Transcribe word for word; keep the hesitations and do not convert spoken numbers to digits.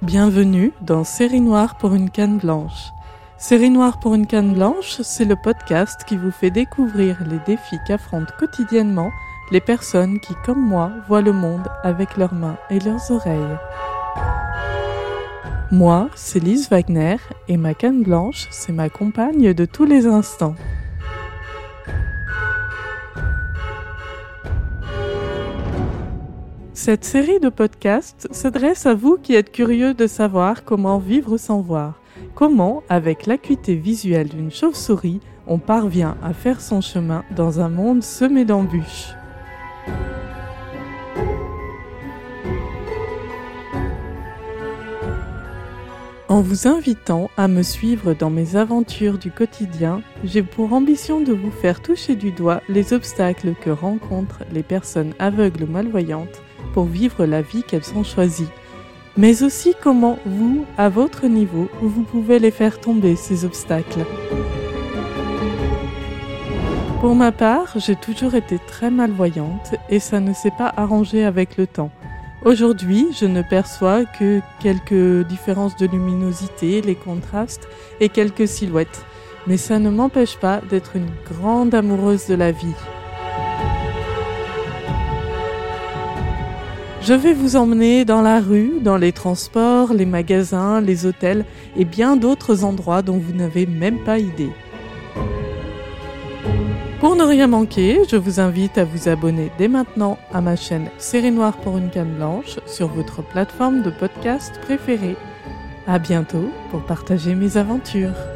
Bienvenue dans Série Noire pour une canne blanche. Série Noire pour une canne blanche, c'est le podcast qui vous fait découvrir les défis qu'affrontent quotidiennement les personnes qui, comme moi, voient le monde avec leurs mains et leurs oreilles. Moi, c'est Lise Wagner et ma canne blanche, c'est ma compagne de tous les instants. Cette série de podcasts s'adresse à vous qui êtes curieux de savoir comment vivre sans voir. Comment, avec l'acuité visuelle d'une chauve-souris, on parvient à faire son chemin dans un monde semé d'embûches. En vous invitant à me suivre dans mes aventures du quotidien, j'ai pour ambition de vous faire toucher du doigt les obstacles que rencontrent les personnes aveugles ou malvoyantes pour vivre la vie qu'elles ont choisie, mais aussi comment vous, à votre niveau, vous pouvez les faire tomber, ces obstacles. Pour ma part, j'ai toujours été très malvoyante et ça ne s'est pas arrangé avec le temps. Aujourd'hui, je ne perçois que quelques différences de luminosité, les contrastes et quelques silhouettes, mais ça ne m'empêche pas d'être une grande amoureuse de la vie. Je vais vous emmener dans la rue, dans les transports, les magasins, les hôtels et bien d'autres endroits dont vous n'avez même pas idée. Pour ne rien manquer, je vous invite à vous abonner dès maintenant à ma chaîne Série Noire pour une canne blanche sur votre plateforme de podcast préférée. À bientôt pour partager mes aventures.